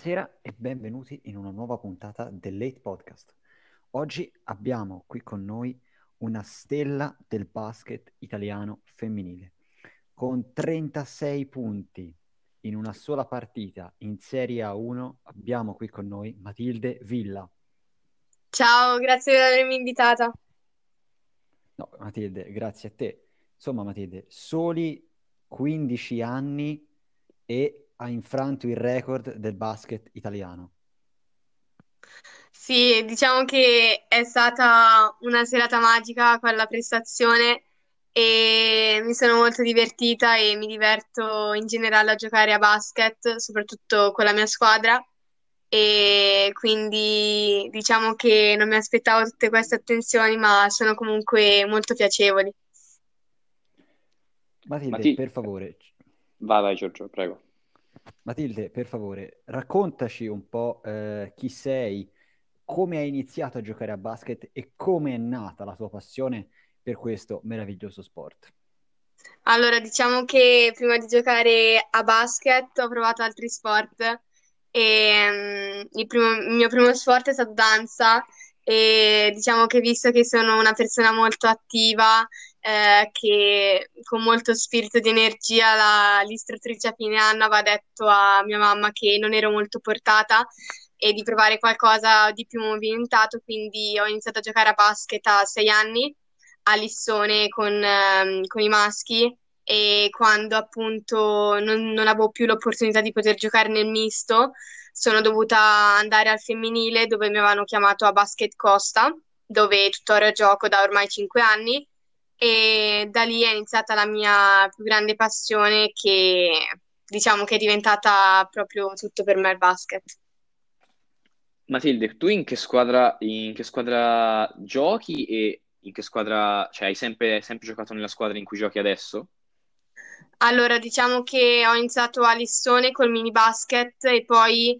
Buonasera e benvenuti in una nuova puntata del Late Podcast. Oggi abbiamo qui con noi una stella del basket italiano femminile. Con 36 punti in una sola partita in Serie A1 abbiamo qui con noi Matilde Villa. Ciao, grazie per avermi invitata. No, Matilde, grazie a te. Insomma, Matilde, soli 15 anni e ha infranto il record del basket italiano. Sì, diciamo che è stata una serata magica quella prestazione e mi sono molto divertita e mi diverto in generale a giocare a basket, soprattutto con la mia squadra e quindi diciamo che non mi aspettavo tutte queste attenzioni, ma sono comunque molto piacevoli. Matilde, Mati- per favore, vai Giorgio, prego. Matilde, per favore, raccontaci un po' chi sei, come hai iniziato a giocare a basket e come è nata la tua passione per questo meraviglioso sport. Allora, diciamo che prima di giocare a basket ho provato altri sport e il mio primo sport è stato danza e diciamo che visto che sono una persona molto attiva, che con molto spirito di energia, l'istruttrice a fine anno aveva detto a mia mamma che non ero molto portata e di provare qualcosa di più movimentato, quindi ho iniziato a giocare a basket a 6 anni a Lissone con i maschi e quando appunto non avevo più l'opportunità di poter giocare nel misto, sono dovuta andare al femminile dove mi avevano chiamato a Basket Costa, dove tuttora gioco da ormai 5 anni e da lì è iniziata la mia più grande passione che diciamo che è diventata proprio tutto per me il basket. Matilde, tu in che squadra giochi e in che squadra, cioè hai sempre giocato nella squadra in cui giochi adesso? Allora, diciamo che ho iniziato a Lissone col mini basket e poi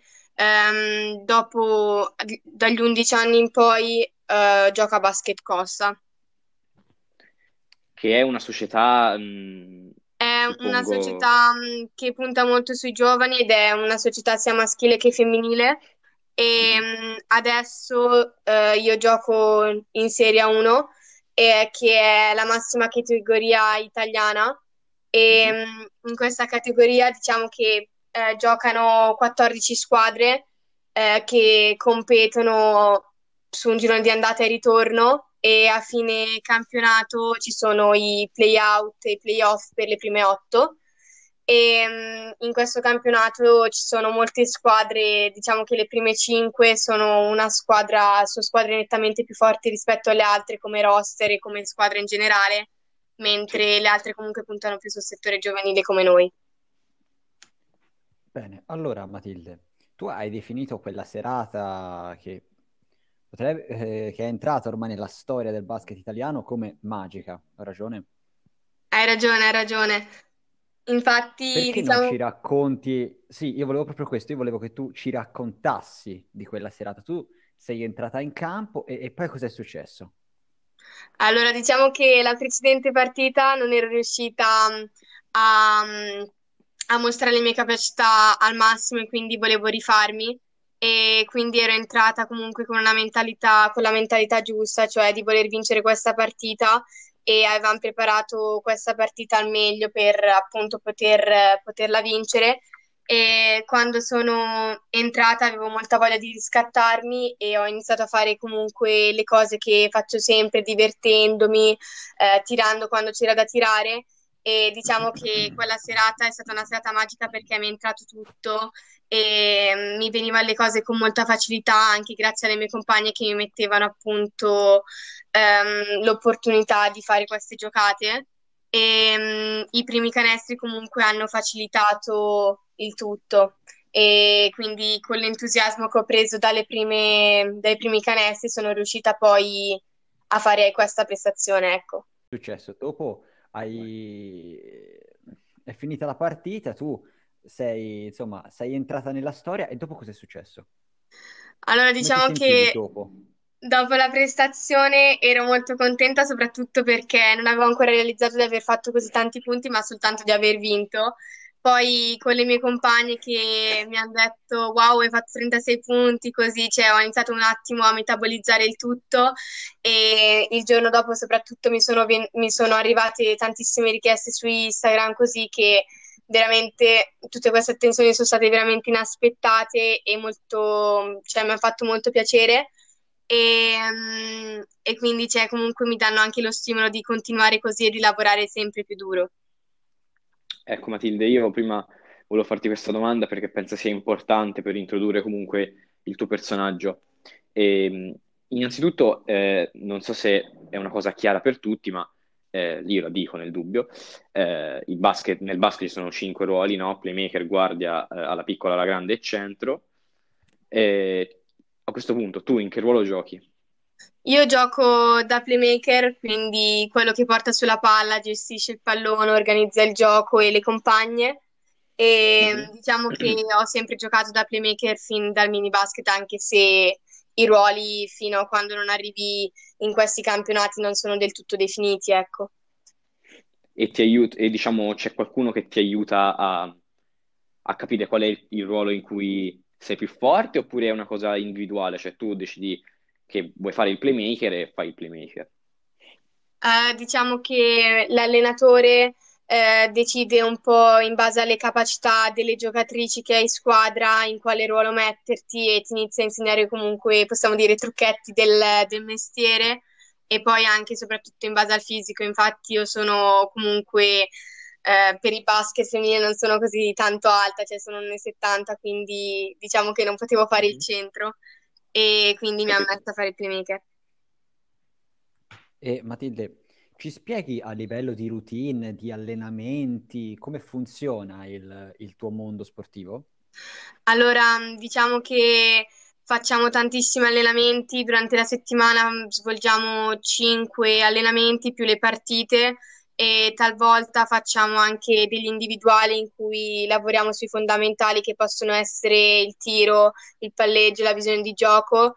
dopo, dagli 11 anni in poi, gioco a Basket Costa. Che è una società, È una suppongo, società che punta molto sui giovani ed è una società sia maschile che femminile. E mhm, adesso io gioco in Serie A1, che è la massima categoria italiana. E mhm. in questa categoria diciamo che giocano 14 squadre che competono su un girone di andata e ritorno e a fine campionato ci sono i play-out e i play-off per le prime 8 e in questo campionato ci sono molte squadre, diciamo che le prime 5 sono squadre nettamente più forti rispetto alle altre come roster e come squadre in generale, Sì. mentre le altre comunque puntano più sul settore giovanile come noi. Bene, allora Matilde, tu hai definito quella serata che è entrata ormai nella storia del basket italiano come magica, ho ragione? Hai ragione, hai ragione. Infatti, Perché non ci diciamo. racconti? Sì, io volevo proprio questo, io volevo che tu ci raccontassi di quella serata. Tu sei entrata in campo e poi cos'è successo? Allora, diciamo che la precedente partita non ero riuscita a mostrare le mie capacità al massimo e quindi volevo rifarmi e quindi ero entrata comunque con con la mentalità giusta, cioè di voler vincere questa partita e avevamo preparato questa partita al meglio per appunto poterla vincere. E quando sono entrata avevo molta voglia di riscattarmi e ho iniziato a fare comunque le cose che faccio sempre, divertendomi, tirando quando c'era da tirare. E diciamo che quella serata è stata una serata magica perché mi è entrato tutto e mi venivano le cose con molta facilità, anche grazie alle mie compagne che mi mettevano appunto l'opportunità di fare queste giocate e i primi canestri comunque hanno facilitato il tutto e quindi con l'entusiasmo che ho preso dai primi canestri sono riuscita poi a fare questa prestazione, ecco. È successo? Dopo è finita la partita, tu insomma, sei entrata nella storia e dopo cos'è successo? Allora, Come ti diciamo sentivi che dopo? dopo la prestazione ero molto contenta, soprattutto perché non avevo ancora realizzato di aver fatto così tanti punti, ma soltanto di aver vinto. Poi con le mie compagne che mi hanno detto wow, hai fatto 36 punti, così, cioè ho iniziato un attimo a metabolizzare il tutto e il giorno dopo soprattutto mi sono arrivate tantissime richieste su Instagram, così che veramente tutte queste attenzioni sono state veramente inaspettate e molto, cioè mi ha fatto molto piacere e quindi cioè, comunque mi danno anche lo stimolo di continuare così e di lavorare sempre più duro. Ecco Matilde, io prima volevo farti questa domanda perché penso sia importante per introdurre comunque il tuo personaggio. Innanzitutto, non so se è una cosa chiara per tutti, ma io la dico nel dubbio. Nel basket ci sono cinque ruoli, no? Playmaker, guardia, alla piccola, alla grande e centro. A questo punto, tu in che ruolo giochi? Io gioco da playmaker, quindi quello che porta sulla palla, gestisce il pallone, organizza il gioco e le compagne. E Mhm. diciamo che ho sempre giocato da playmaker fin dal mini basket, anche se i ruoli fino a quando non arrivi in questi campionati non sono del tutto definiti, ecco. E ti aiuta, e diciamo c'è qualcuno che ti aiuta a capire qual è il ruolo in cui sei più forte oppure è una cosa individuale, cioè tu decidi che vuoi fare il playmaker e fai il playmaker. Diciamo che l'allenatore decide un po' in base alle capacità delle giocatrici che hai in squadra, in quale ruolo metterti e ti inizia a insegnare comunque, possiamo dire, trucchetti del mestiere e poi anche e soprattutto in base al fisico. Infatti io sono comunque per il basket femminile non sono così tanto alta, cioè sono 1,70 quindi diciamo che non potevo fare il Mhm. centro e quindi mi ha Capi- messo a fare il playmaker. E Matilde, ci spieghi a livello di routine, di allenamenti, come funziona il tuo mondo sportivo? Allora, diciamo che facciamo tantissimi allenamenti durante la settimana, svolgiamo 5 allenamenti più le partite e talvolta facciamo anche degli individuali in cui lavoriamo sui fondamentali che possono essere il tiro, il palleggio, la visione di gioco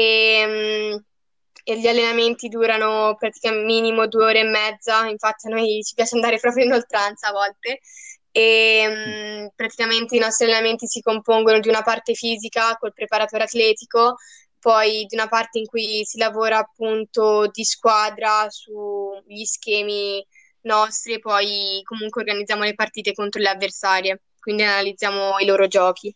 e gli allenamenti durano praticamente minimo 2 ore e mezza, infatti a noi ci piace andare proprio in oltranza a volte Mm. e praticamente i nostri allenamenti si compongono di una parte fisica col preparatore atletico, poi di una parte in cui si lavora appunto di squadra sugli schemi nostri e poi comunque organizziamo le partite contro le avversarie, quindi analizziamo i loro giochi.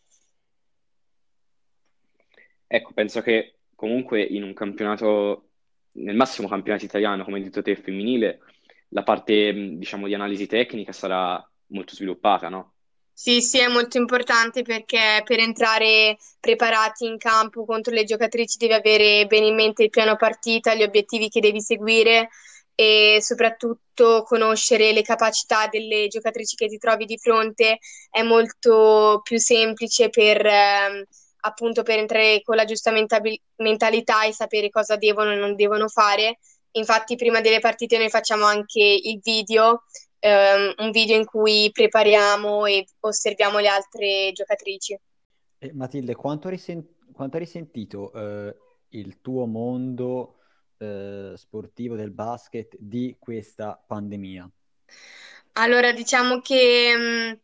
Ecco, penso che comunque in un campionato, nel massimo campionato italiano, come hai detto te, femminile, la parte, diciamo, di analisi tecnica sarà molto sviluppata, no? Sì, sì, è molto importante perché per entrare preparati in campo contro le giocatrici devi avere bene in mente il piano partita, gli obiettivi che devi seguire e soprattutto conoscere le capacità delle giocatrici che ti trovi di fronte. È molto più semplice appunto per entrare con la giusta mentalità e sapere cosa devono e non devono fare. Infatti, prima delle partite noi facciamo anche il video un video in cui prepariamo e osserviamo le altre giocatrici. E Matilde, quanto hai risentito il tuo mondo sportivo del basket di questa pandemia? Allora, diciamo che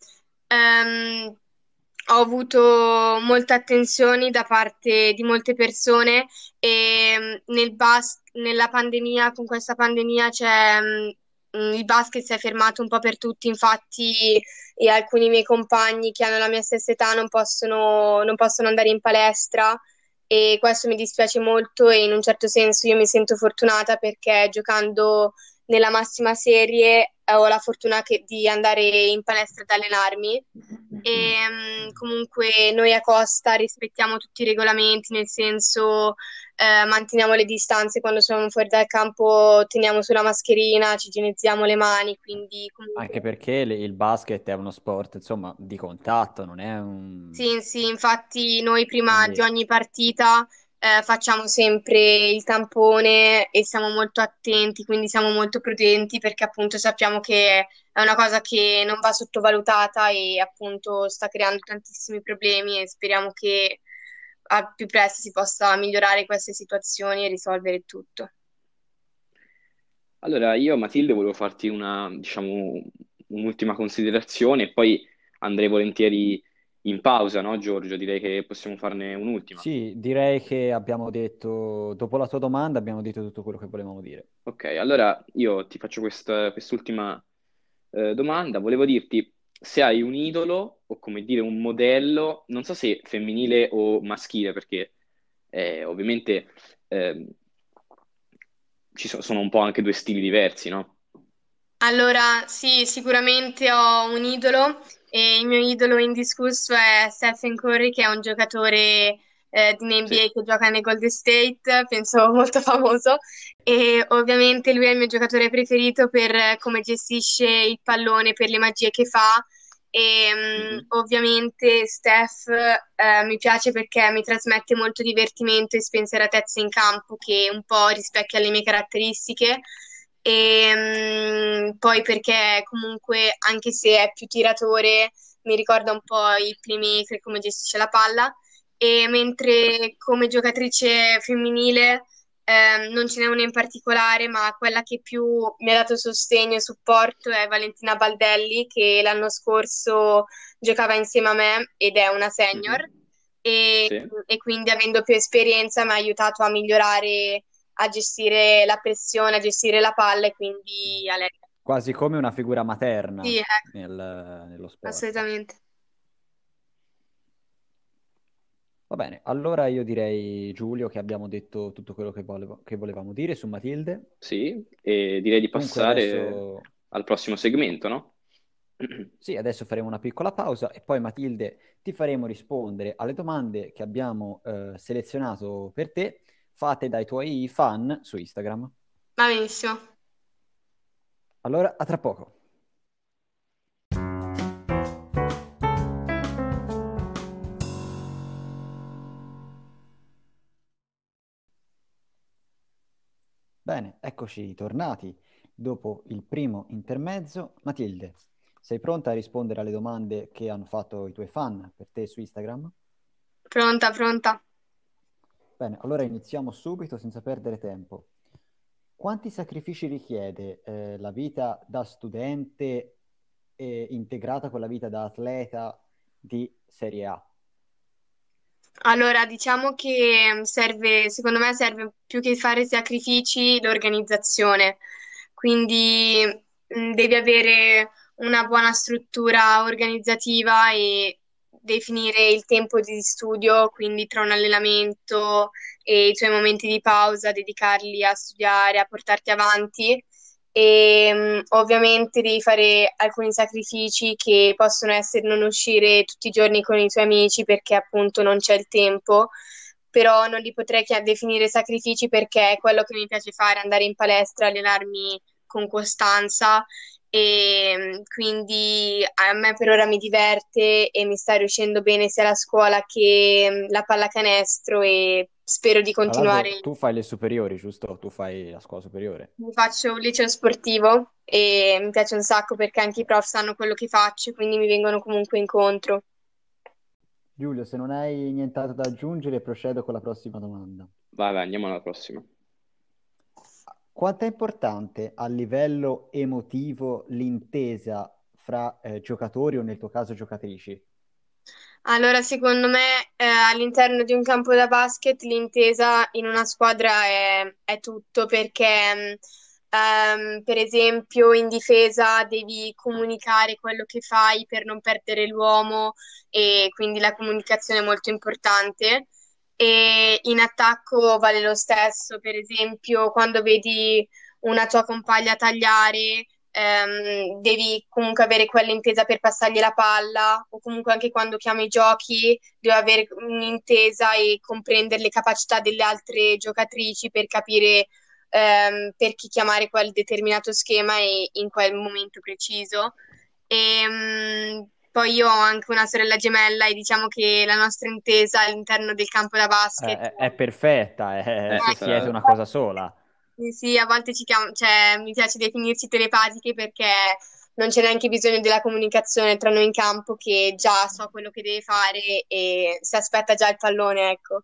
ho avuto molte attenzioni da parte di molte persone e nella pandemia, con questa pandemia, il basket si è fermato un po' per tutti, infatti e alcuni miei compagni che hanno la mia stessa età non possono andare in palestra e questo mi dispiace molto e in un certo senso io mi sento fortunata perché giocando nella massima serie ho la fortuna di andare in palestra ad allenarmi e comunque noi a Costa rispettiamo tutti i regolamenti, nel senso manteniamo le distanze quando siamo fuori dal campo, teniamo sulla mascherina, ci igienizziamo le mani, quindi Anche comunque perché il basket è uno sport, insomma, di contatto, non è un... sì, sì, infatti noi prima di Quindi ogni partita facciamo sempre il tampone e siamo molto attenti, quindi siamo molto prudenti perché appunto sappiamo che è una cosa che non va sottovalutata e appunto sta creando tantissimi problemi e speriamo che al più presto si possa migliorare queste situazioni e risolvere tutto. Allora, io Matilde volevo farti una, diciamo, un'ultima considerazione e poi andrei volentieri in pausa, no, Giorgio? Direi che possiamo farne un'ultima. Sì, direi che abbiamo detto, dopo la tua domanda, abbiamo detto tutto quello che volevamo dire. Ok, allora io ti faccio quest'ultima domanda. Volevo dirti se hai un idolo o come dire un modello, non so se femminile o maschile, perché ovviamente ehm, sono un po' anche due stili diversi, no? Allora, sì, sicuramente ho un idolo e il mio idolo indiscusso è Stephen Curry, che è un giocatore di Sì. NBA che gioca nei Golden State, penso molto famoso, e ovviamente lui è il mio giocatore preferito per come gestisce il pallone, per le magie che fa. E Mhm. ovviamente Steph mi piace perché mi trasmette molto divertimento e spensieratezza in campo che un po' rispecchia le mie caratteristiche. E poi perché comunque, anche se è più tiratore, mi ricorda un po' il playmaker, come gestisce la palla. E mentre come giocatrice femminile non ce n'è una in particolare, ma quella che più mi ha dato sostegno e supporto è Valentina Baldelli, che l'anno scorso giocava insieme a me ed è una senior. Mhm. E, Sì. e quindi avendo più esperienza mi ha aiutato a migliorare, a gestire la pressione, a gestire la palla e quindi a lei. Quasi come una figura materna Sì, ecco, nello sport. assolutamente. Va bene, allora io direi, Giulio, che abbiamo detto tutto quello che volevamo dire su Matilde. Sì, e direi di Comunque passare adesso, al prossimo segmento, no? sì, adesso faremo una piccola pausa e poi Matilde ti faremo rispondere alle domande che abbiamo selezionato per te, fatte dai tuoi fan su Instagram. Va benissimo. Allora, a tra poco. Bene, eccoci tornati dopo il primo intermezzo. Matilde, sei pronta a rispondere alle domande che hanno fatto i tuoi fan per te su Instagram? Pronta, pronta. Bene, allora iniziamo subito senza perdere tempo. Quanti sacrifici richiede la vita da studente integrata con la vita da atleta di Serie A? Allora, diciamo che serve, secondo me serve più che fare sacrifici l'organizzazione. Quindi devi avere una buona struttura organizzativa e definire il tempo di studio, quindi tra un allenamento e i tuoi momenti di pausa, dedicarli a studiare, a portarti avanti. E ovviamente devi fare alcuni sacrifici che possono essere non uscire tutti i giorni con i tuoi amici perché appunto non c'è il tempo, però non li potrei definire sacrifici perché è quello che mi piace fare, andare in palestra, allenarmi con costanza e quindi a me per ora mi diverte e mi sta riuscendo bene sia la scuola che la pallacanestro e spero di Tra l'altro continuare. tu fai le superiori, giusto? Tu fai la scuola superiore. Faccio un liceo sportivo e mi piace un sacco perché anche i prof sanno quello che faccio, quindi mi vengono comunque incontro. Giulio, se non hai nient'altro da aggiungere, procedo con la prossima domanda. Vai, vai, andiamo alla prossima. Quanto è importante a livello emotivo l'intesa fra giocatori o nel tuo caso giocatrici? Allora, secondo me, all'interno di un campo da basket l'intesa in una squadra è tutto perché, per esempio, in difesa devi comunicare quello che fai per non perdere l'uomo e quindi la comunicazione è molto importante. E in attacco vale lo stesso, per esempio, quando vedi una tua compagna tagliare devi comunque avere quell'intesa per passargli la palla o comunque anche quando chiami i giochi devi avere un'intesa e comprendere le capacità delle altre giocatrici per capire per chi chiamare quel determinato schema e in quel momento preciso. Poi io ho anche una sorella gemella e diciamo che la nostra intesa all'interno del campo da basket È perfetta, siete una Esatto. cosa sola. sì, sì, a volte ci chiamo, cioè, mi piace definirci telepatiche perché non c'è neanche bisogno della comunicazione tra noi in campo che già so quello che deve fare e si aspetta già il pallone, ecco.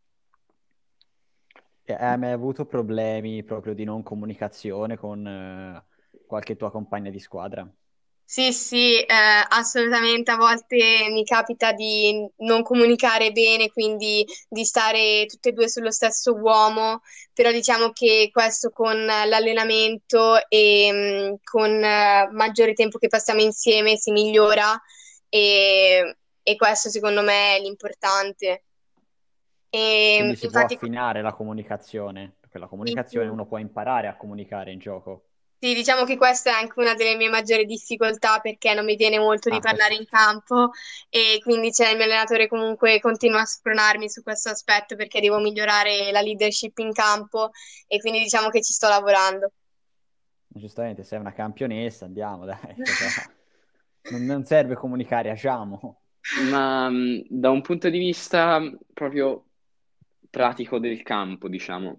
Hai mai avuto problemi proprio di non comunicazione con qualche tua compagna di squadra? Sì, sì, assolutamente. A volte mi capita di non comunicare bene, quindi di stare tutte e due sullo stesso uomo, però diciamo che questo con l'allenamento e con maggiore tempo che passiamo insieme si migliora e questo secondo me è l'importante. Quindi si può Infatti, affinare la comunicazione, perché la sì, comunicazione sì. uno può imparare a comunicare in gioco. Sì, diciamo che questa è anche una delle mie maggiori difficoltà perché non mi viene molto di Ah, questo. parlare in campo e quindi c'è il mio allenatore comunque continua a spronarmi su questo aspetto perché devo migliorare la leadership in campo e quindi diciamo che ci sto lavorando. Giustamente, sei una campionessa, andiamo, dai, non serve comunicare, agiamo. Ma da un punto di vista proprio pratico del campo, diciamo,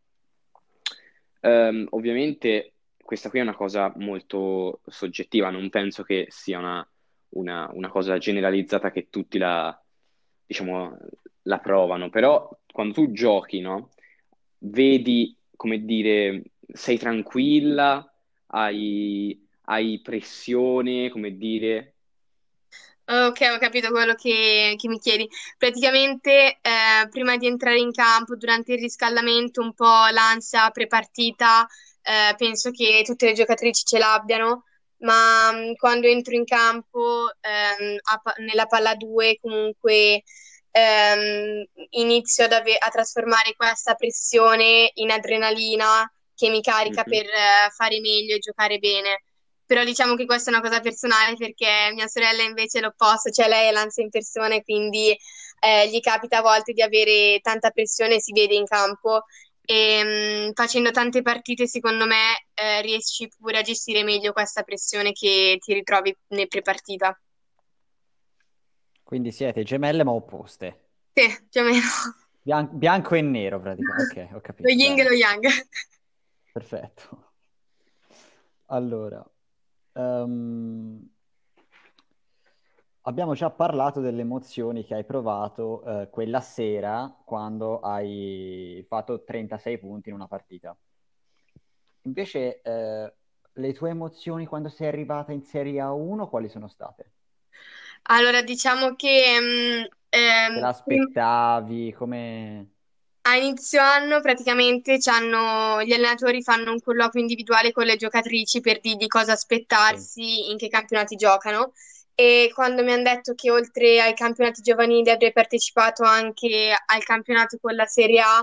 ovviamente questa qui è una cosa molto soggettiva, non penso che sia una cosa generalizzata che tutti diciamo, la provano, però quando tu giochi, no? Vedi, come dire, sei tranquilla, hai pressione, come dire. Ok, ho capito quello che mi chiedi. Praticamente, prima di entrare in campo, durante il riscaldamento, un po' l'ansia prepartita, penso che tutte le giocatrici ce l'abbiano, ma quando entro in campo, nella palla 2, comunque, inizio a trasformare questa pressione in adrenalina che mi carica Mhm. per, fare meglio e giocare bene. Però diciamo che questa è una cosa personale perché mia sorella invece è l'opposto, cioè lei è l'ansia in persona e quindi gli capita a volte di avere tanta pressione, si vede in campo e facendo tante partite secondo me riesci pure a gestire meglio questa pressione che ti ritrovi nel prepartita. Quindi siete gemelle ma opposte. Sì, più o meno. Bianco e nero, praticamente. Ok, ho Lo capito, yin e bene. lo yang. Perfetto. Allora, ehm, abbiamo già parlato delle emozioni che hai provato quella sera quando hai fatto 36 punti in una partita. Invece, le tue emozioni quando sei arrivata in Serie A1, quali sono state? Allora, diciamo che Te l'aspettavi? Come... a inizio anno praticamente gli allenatori fanno un colloquio individuale con le giocatrici per dirgli cosa Sì. aspettarsi, in che campionati giocano. E quando mi hanno detto che oltre ai campionati giovanili avrei partecipato anche al campionato con la Serie A,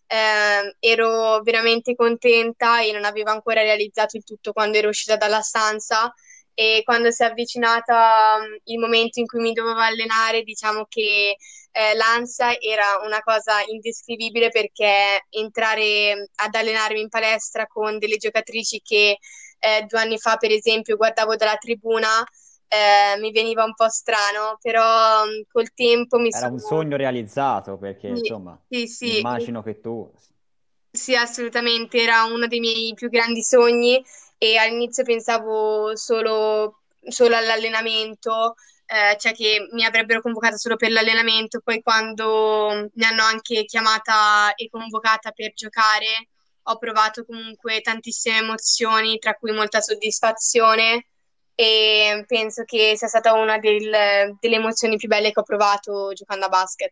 ero veramente contenta e non avevo ancora realizzato il tutto quando ero uscita dalla stanza. E quando si è avvicinata, il momento in cui mi dovevo allenare, diciamo che l'ansia era una cosa indescrivibile perché entrare ad allenarmi in palestra con delle giocatrici che 2 anni fa, per esempio, guardavo dalla tribuna, mi veniva un po' strano, però col tempo mi Era un sono... sogno realizzato perché, Sì, insomma, sì, sì, immagino che tu... sì, assolutamente, era uno dei miei più grandi sogni e all'inizio pensavo solo all'allenamento, cioè che mi avrebbero convocata solo per l'allenamento, poi quando mi hanno anche chiamata e convocata per giocare, ho provato comunque tantissime emozioni, tra cui molta soddisfazione e penso che sia stata una delle emozioni più belle che ho provato giocando a basket.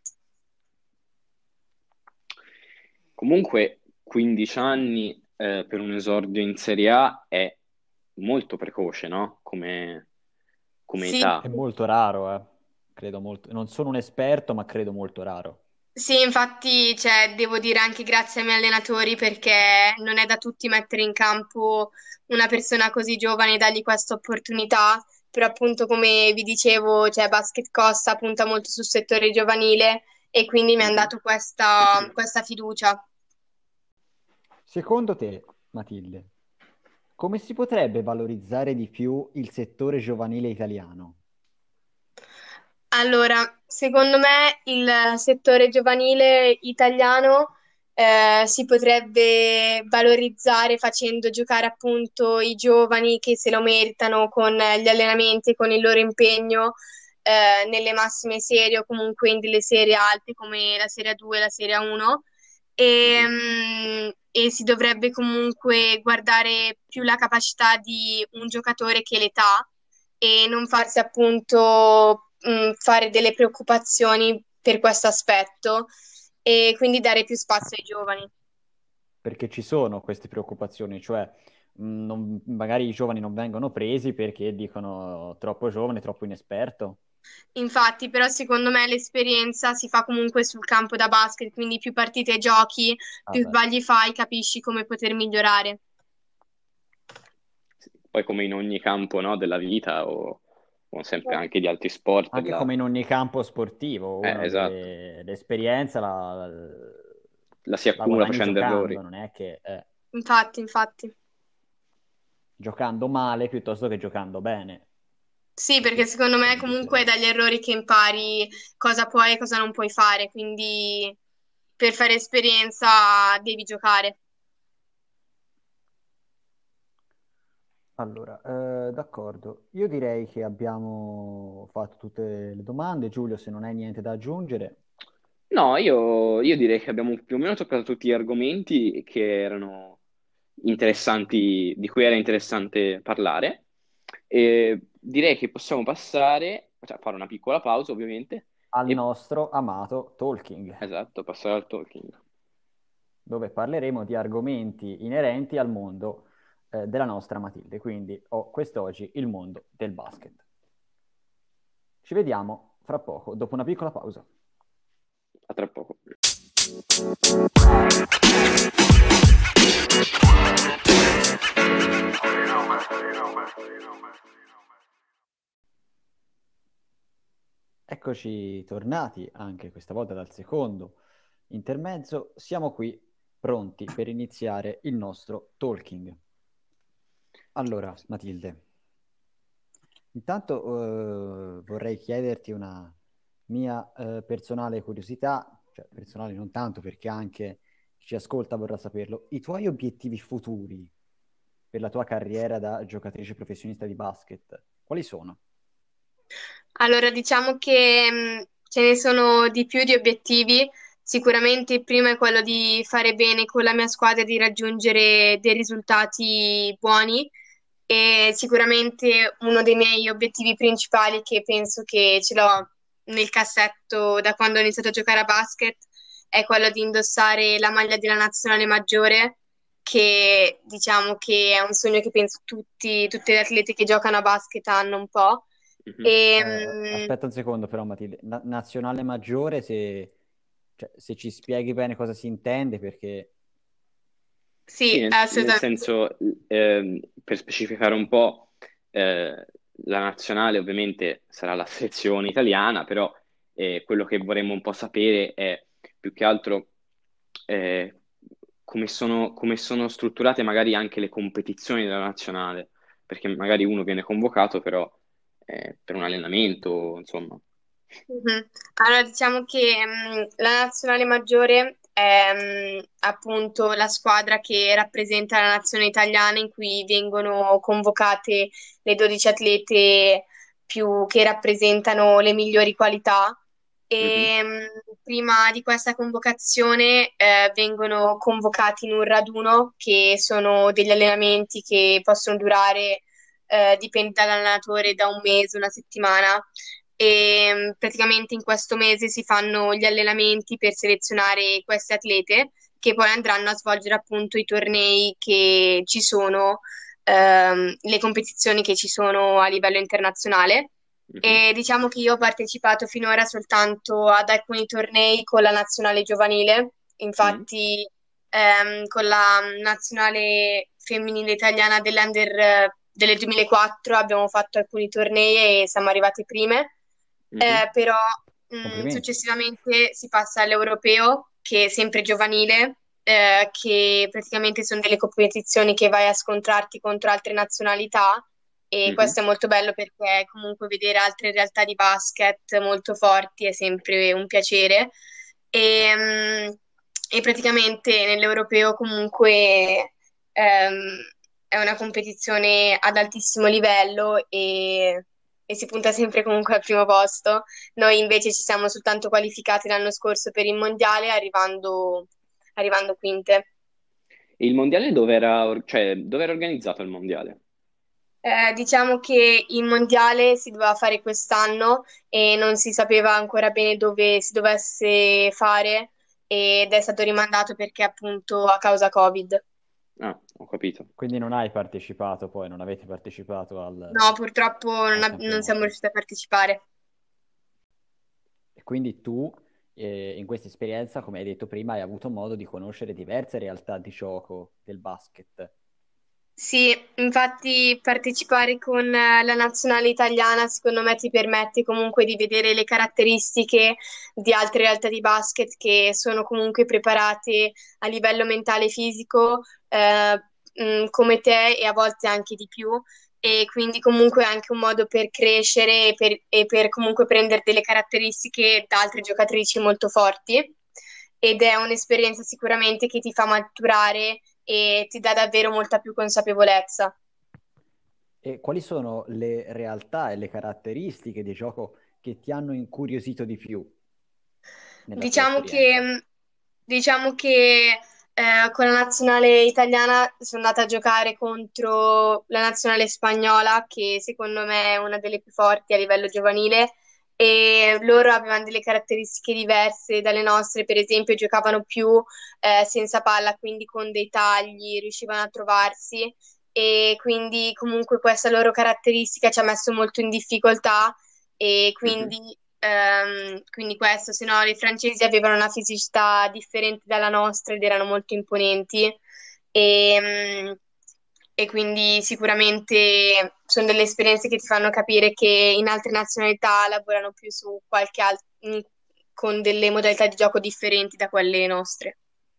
Comunque, 15 anni per un esordio in Serie A è molto precoce, no? Come Sì, È età. molto raro, eh. Credo molto... Non sono un esperto, ma credo molto raro. sì, infatti, cioè, devo dire anche grazie ai miei allenatori perché non è da tutti mettere in campo una persona così giovane e dargli questa opportunità, però appunto come vi dicevo, cioè, Basket Costa punta molto sul settore giovanile e quindi mi hanno Mhm. dato questa fiducia. Secondo te, Matilde, come si potrebbe valorizzare di più il settore giovanile italiano? Allora, secondo me il settore giovanile italiano si potrebbe valorizzare facendo giocare appunto i giovani che se lo meritano con gli allenamenti, con il loro impegno nelle massime serie o comunque in delle serie alte come la Serie 2 e la Serie 1 Mhm. e si dovrebbe comunque guardare più la capacità di un giocatore che l'età e non farsi appunto fare delle preoccupazioni per questo aspetto e quindi dare più spazio ai giovani. Perché ci sono queste preoccupazioni, cioè magari i giovani non vengono presi perché dicono troppo giovane, troppo inesperto. Infatti, però secondo me l'esperienza si fa comunque sul campo da basket, quindi più partite giochi, più Vabbè. sbagli fai, capisci come poter migliorare. Sì. Poi come in ogni campo, no, della vita o sempre anche di altri sport, Anche come in ogni campo sportivo, uno esatto, deve l'esperienza la si la accumula guadagni facendo giocando, errori. non è che Infatti. giocando male piuttosto che giocando bene, Sì, perché perché secondo c'è me una comunque è differenza. dagli errori che impari cosa puoi e cosa non puoi fare, quindi per fare esperienza devi giocare. Allora, d'accordo. Io direi che abbiamo fatto tutte le domande. Giulio, se non hai niente da aggiungere. No, io direi che abbiamo più o meno toccato tutti gli argomenti che erano interessanti, di cui era interessante parlare. E direi che possiamo passare, cioè fare una piccola pausa, ovviamente, Al e nostro amato Talking, esatto, passare al talking. dove parleremo di argomenti inerenti al mondo della nostra Matilde, quindi quest'oggi il mondo del basket. Ci vediamo fra poco, dopo una piccola pausa. A tra poco. Eccoci tornati anche questa volta dal secondo intermezzo. Siamo qui pronti per iniziare il nostro talking. Allora, Matilde, intanto vorrei chiederti una mia personale curiosità, cioè personale non tanto perché anche chi ci ascolta vorrà saperlo. I tuoi obiettivi futuri per la tua carriera da giocatrice professionista di basket, quali sono? Allora, diciamo che ce ne sono di più di obiettivi. Sicuramente il primo è quello di fare bene con la mia squadra e di raggiungere dei risultati buoni. E sicuramente uno dei miei obiettivi principali, che penso che ce l'ho nel cassetto da quando ho iniziato a giocare a basket, è quello di indossare la maglia della nazionale maggiore, che diciamo che è un sogno che penso tutte le atlete che giocano a basket hanno un po'. Mhm. E, Aspetta un secondo però, Matilde. Nazionale maggiore, se ci spieghi bene cosa si intende, perché Sì, sì, nel assolutamente. senso, per specificare un po', la nazionale ovviamente sarà la sezione italiana, però quello che vorremmo un po' sapere è più che altro eh, come sono strutturate magari anche le competizioni della nazionale, perché magari uno viene convocato però per un allenamento, insomma. Mhm. Allora, diciamo che la nazionale maggiore è appunto la squadra che rappresenta la nazione italiana in cui vengono convocate le 12 atlete più che rappresentano le migliori qualità. Mhm, E prima di questa convocazione vengono convocati in un raduno che sono degli allenamenti che possono durare, dipende dall'allenatore, da un mese, una settimana e praticamente in questo mese si fanno gli allenamenti per selezionare queste atlete che poi andranno a svolgere appunto i tornei che ci sono, le competizioni che ci sono a livello internazionale. mhm, E diciamo che io ho partecipato finora soltanto ad alcuni tornei con la nazionale giovanile, mhm, infatti con la nazionale femminile italiana delle 2004 abbiamo fatto alcuni tornei e siamo arrivate prime. mhm, Però complimenti. successivamente si passa all'europeo, che è sempre giovanile, che praticamente sono delle competizioni che vai a scontrarti contro altre nazionalità e mhm. questo è molto bello perché comunque vedere altre realtà di basket molto forti è sempre un piacere. E, e praticamente nell'europeo comunque è una competizione ad altissimo livello e si punta sempre comunque al primo posto. Noi invece ci siamo soltanto qualificati l'anno scorso per il mondiale, arrivando quinte. E il mondiale dove era, cioè, dove era organizzato il mondiale? Diciamo che il mondiale si doveva fare quest'anno e non si sapeva ancora bene dove si dovesse fare ed è stato rimandato perché appunto a causa Covid. Ah, ho capito. Quindi non hai partecipato poi, non avete partecipato No, purtroppo al non siamo campionato. riusciti a partecipare. E quindi tu, in questa esperienza, come hai detto prima, hai avuto modo di conoscere diverse realtà di gioco del basket. Sì, infatti partecipare con la nazionale italiana secondo me ti permette comunque di vedere le caratteristiche di altre realtà di basket che sono comunque preparate a livello mentale e fisico come te e a volte anche di più e quindi comunque è anche un modo per crescere e per comunque prendere delle caratteristiche da altre giocatrici molto forti ed è un'esperienza sicuramente che ti fa maturare e ti dà davvero molta più consapevolezza. E quali sono le realtà e le caratteristiche di gioco che ti hanno incuriosito di più nella tua Diciamo esperienza? diciamo che con la nazionale italiana sono andata a giocare contro la nazionale spagnola, che secondo me è una delle più forti a livello giovanile, e loro avevano delle caratteristiche diverse dalle nostre, per esempio giocavano più senza palla, quindi con dei tagli, riuscivano a trovarsi e quindi comunque questa loro caratteristica ci ha messo molto in difficoltà e Mhm. quindi questo, se no i francesi avevano una fisicità differente dalla nostra ed erano molto imponenti e, e quindi sicuramente sono delle esperienze che ti fanno capire che in altre nazionalità lavorano più su con delle modalità di gioco differenti da quelle nostre.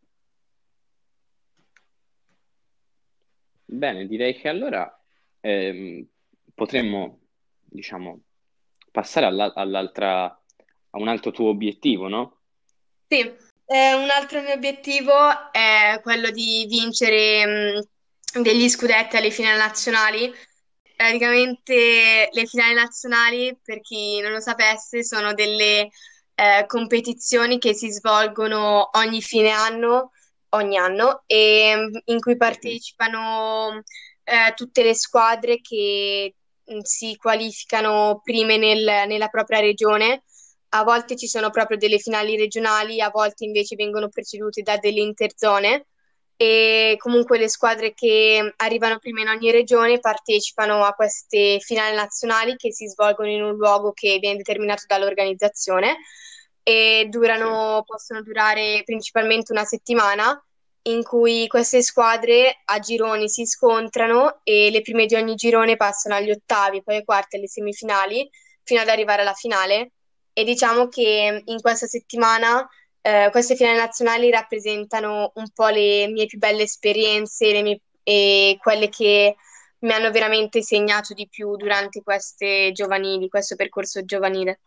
Bene, direi che allora ehm, potremmo, diciamo, passare a un altro tuo obiettivo, no? Sì, un altro mio obiettivo è quello di vincere degli scudetti alle finali nazionali. Praticamente le finali nazionali, per chi non lo sapesse, sono delle competizioni che si svolgono ogni fine anno, ogni anno, e in cui Mhm. partecipano tutte le squadre che si qualificano prime nella propria regione. A volte ci sono proprio delle finali regionali, a volte invece vengono precedute da delle interzone e comunque le squadre che arrivano prima in ogni regione partecipano a queste finali nazionali che si svolgono in un luogo che viene determinato dall'organizzazione e Sì, possono durare principalmente una settimana in cui queste squadre a gironi si scontrano e le prime di ogni girone passano agli ottavi, poi ai quarti e alle semifinali fino ad arrivare alla finale e diciamo che in questa settimana queste finali nazionali rappresentano un po' le mie più belle esperienze e quelle che mi hanno veramente segnato di più durante queste giovanili, questo percorso giovanile.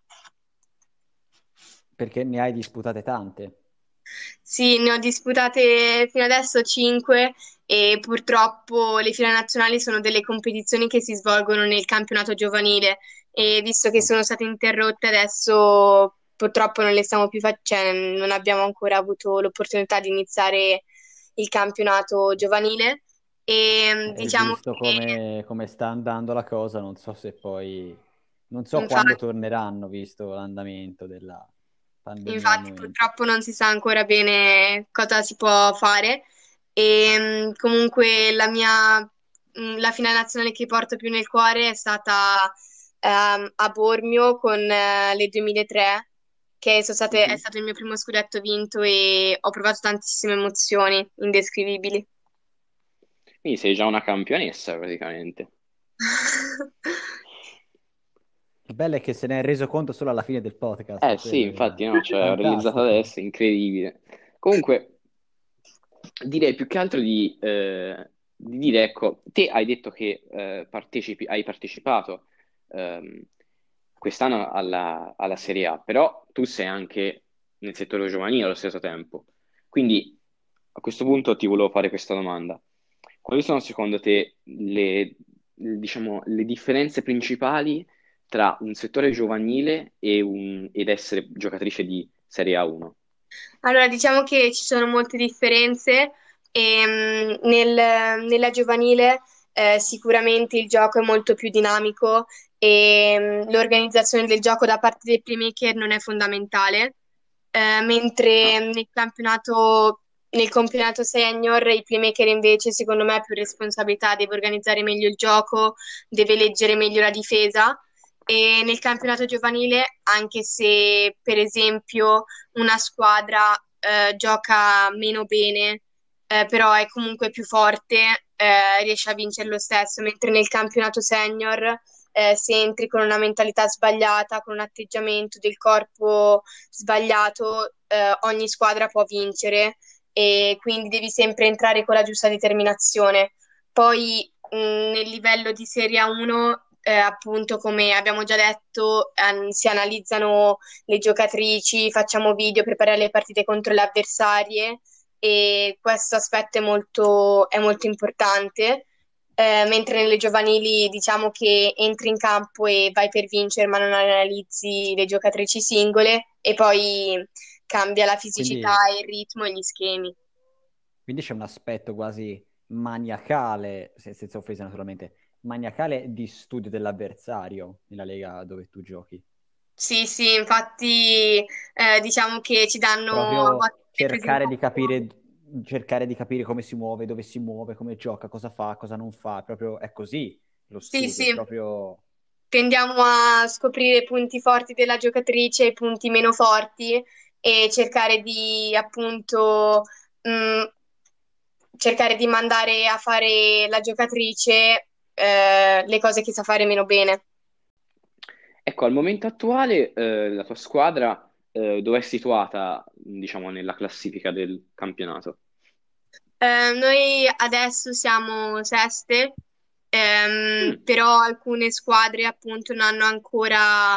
Perché ne hai disputate tante. Sì, ne ho disputate fino adesso 5 e purtroppo le finali nazionali sono delle competizioni che si svolgono nel campionato giovanile e visto che sono state interrotte adesso purtroppo non le stiamo più cioè non abbiamo ancora avuto l'opportunità di iniziare il campionato giovanile e E diciamo visto che come sta andando la cosa, non so se poi, non so quando infatti torneranno, visto l'andamento della pandemia al Infatti, momento. purtroppo non si sa ancora bene cosa si può fare e comunque la finale nazionale che porto più nel cuore è stata a Bormio con le 2003, è Mhm. stato il mio primo scudetto vinto e ho provato tantissime emozioni indescrivibili. Quindi sei già una campionessa praticamente. Il bello è che se ne è reso conto solo alla fine del podcast, Eh è sì, quello infatti no, cioè ho realizzato fantastico. adesso, incredibile. Comunque, direi più che altro di dire, ecco, te hai detto che hai partecipato ehm, quest'anno alla Serie A, però tu sei anche nel settore giovanile allo stesso tempo. Quindi a questo punto ti volevo fare questa domanda. Quali sono secondo te diciamo, le differenze principali tra un settore giovanile ed essere giocatrice di Serie A1? Allora, diciamo che ci sono molte differenze e nella giovanile sicuramente il gioco è molto più dinamico e l'organizzazione del gioco da parte dei playmaker non è fondamentale. Mentre Ah, nel campionato senior i playmaker invece secondo me ha più responsabilità, deve organizzare meglio il gioco, deve leggere meglio la difesa. E nel campionato giovanile, anche se per esempio una squadra gioca meno bene, però è comunque più forte, riesce a vincere lo stesso, mentre nel campionato senior se entri con una mentalità sbagliata, con un atteggiamento del corpo sbagliato, ogni squadra può vincere e quindi devi sempre entrare con la giusta determinazione. Poi nel livello di Serie A1, appunto, come abbiamo già detto, si analizzano le giocatrici, facciamo video, prepariamo le partite contro le avversarie e questo aspetto è molto importante. Mentre nelle giovanili diciamo che entri in campo e vai per vincere, ma non analizzi le giocatrici singole e poi cambia la fisicità, Quindi, il ritmo e gli schemi. quindi c'è un aspetto quasi maniacale, senza offesa naturalmente, maniacale di studio dell'avversario nella lega dove tu giochi. Sì, sì, infatti diciamo che ci danno a Proprio volte le presentazioni. cercare di capire come si muove, dove si muove, come gioca, cosa fa, cosa non fa. Proprio è così lo Sì, studio, è sì, proprio... tendiamo a scoprire i punti forti della giocatrice e i punti meno forti e cercare di appunto mh, cercare di mandare a fare la giocatrice le cose che sa fare meno bene. ecco, al momento attuale la tua squadra dove è situata, diciamo, nella classifica del campionato? Noi adesso siamo seste, Mm, però alcune squadre appunto non hanno ancora,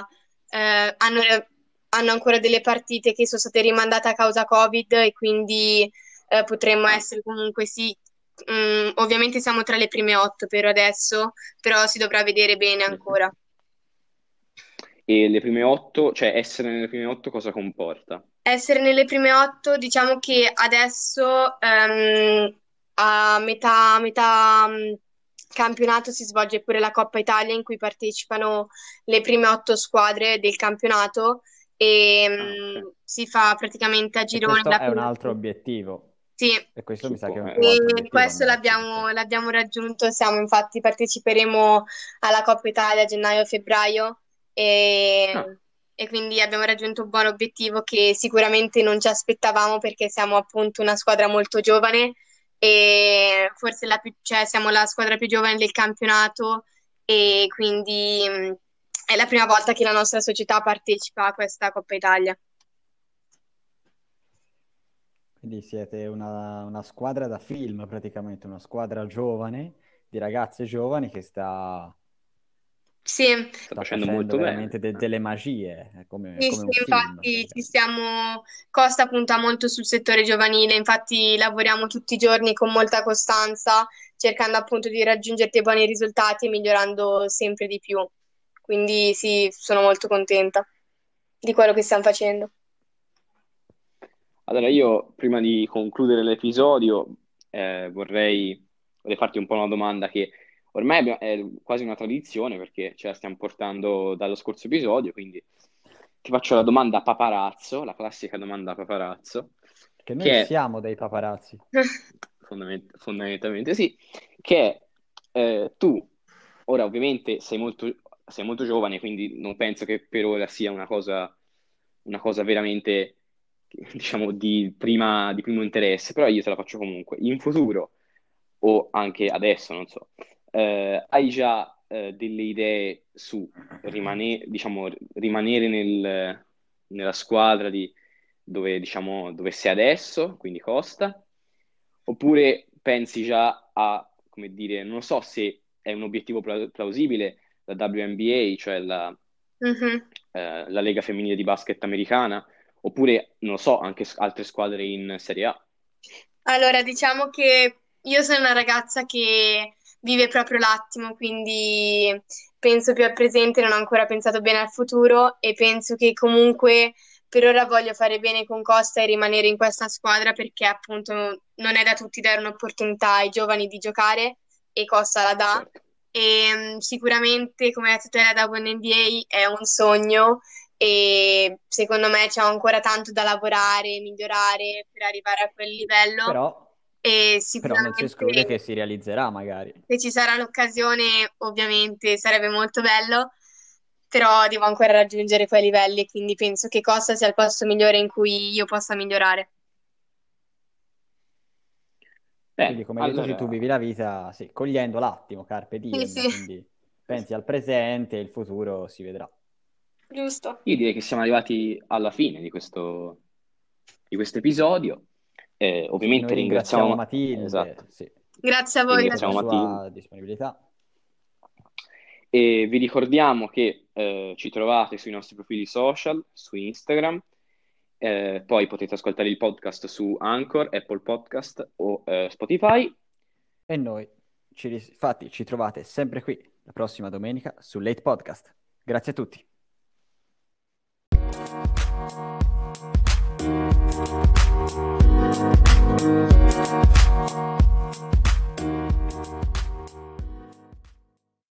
hanno ancora delle partite che sono state rimandate a causa Covid e quindi potremmo ah, essere comunque sì, ovviamente siamo tra le prime otto per adesso, però si dovrà vedere bene mhm. ancora. E le prime otto, cioè essere nelle prime otto cosa comporta? Essere nelle prime otto, diciamo che adesso a metà campionato si svolge pure la Coppa Italia in cui partecipano le prime otto squadre del campionato e Ah, ok. si fa praticamente a E gironi questo la è un prima. altro obiettivo. Sì, E questo mi sa che è un tuo altro e obiettivo questo andarci, perché... l'abbiamo raggiunto, siamo infatti parteciperemo alla Coppa Italia a gennaio-febbraio Ah, e quindi abbiamo raggiunto un buon obiettivo che sicuramente non ci aspettavamo perché siamo appunto una squadra molto giovane e forse cioè, siamo la squadra più giovane del campionato e quindi è la prima volta che la nostra società partecipa a questa Coppa Italia. Quindi siete una squadra da film praticamente, una squadra giovane, di ragazze giovani che Sì. sta sta facendo facendo molto bene. veramente delle magie, è Sì, come sì, un film infatti praticamente. Costa punta molto sul settore giovanile, infatti lavoriamo tutti i giorni con molta costanza, cercando appunto di raggiungere dei buoni risultati e migliorando sempre di più. Quindi sì, sono molto contenta di quello che stiamo facendo. Allora, io prima di concludere l'episodio vorrei farti un po' una domanda che ormai è quasi una tradizione perché ce la stiamo portando dallo scorso episodio, quindi ti faccio la domanda paparazzo, la classica domanda paparazzo, Perché noi che è siamo dei paparazzi. fondamentalmente sì, che è tu ora ovviamente sei molto giovane, quindi non penso che per ora sia una cosa veramente, diciamo, di primo interesse, però io te la faccio comunque. In futuro, o anche adesso, non so, hai già delle idee su diciamo, rimanere nella squadra dove, diciamo, dove sei adesso, quindi Costa? Oppure pensi già a, come dire, non so se è un obiettivo plausibile la WNBA, cioè Mhm. la Lega Femminile di Basket americana, oppure, non lo so, anche altre squadre in Serie A. Allora, diciamo che io sono una ragazza che vive proprio l'attimo, quindi penso più al presente, non ho ancora pensato bene al futuro e penso che comunque per ora voglio fare bene con Costa e rimanere in questa squadra perché appunto non è da tutti dare un'opportunità ai giovani di giocare e Costa la dà. certo. E sicuramente, come hai detto te, la WNBA è un sogno e secondo me c'è ancora tanto da lavorare, migliorare per arrivare a quel livello Però, e però non si esclude che sicuramente si realizzerà magari. se ci sarà l'occasione, ovviamente sarebbe molto bello, però devo ancora raggiungere quei livelli, quindi penso che Costa sia il posto migliore in cui io possa migliorare. Quindi, Bene, come hai detto, sì, tu allora vivi la vita, sì, cogliendo l'attimo, carpe Sì, diem, sì, quindi pensi al presente e il futuro si vedrà. giusto. io direi che siamo arrivati alla fine di questo episodio. Sì, Ovviamente noi ringraziamo ringraziamo, Matilde, esatto, sì, Grazie a voi, per la ringraziamo grazie. Matilde sua disponibilità. e vi ricordiamo che ci trovate sui nostri profili social, su Instagram, poi potete ascoltare il podcast su Anchor, Apple Podcast o Spotify. E noi, infatti, ci trovate sempre qui la prossima domenica su Late Podcast. Grazie a tutti.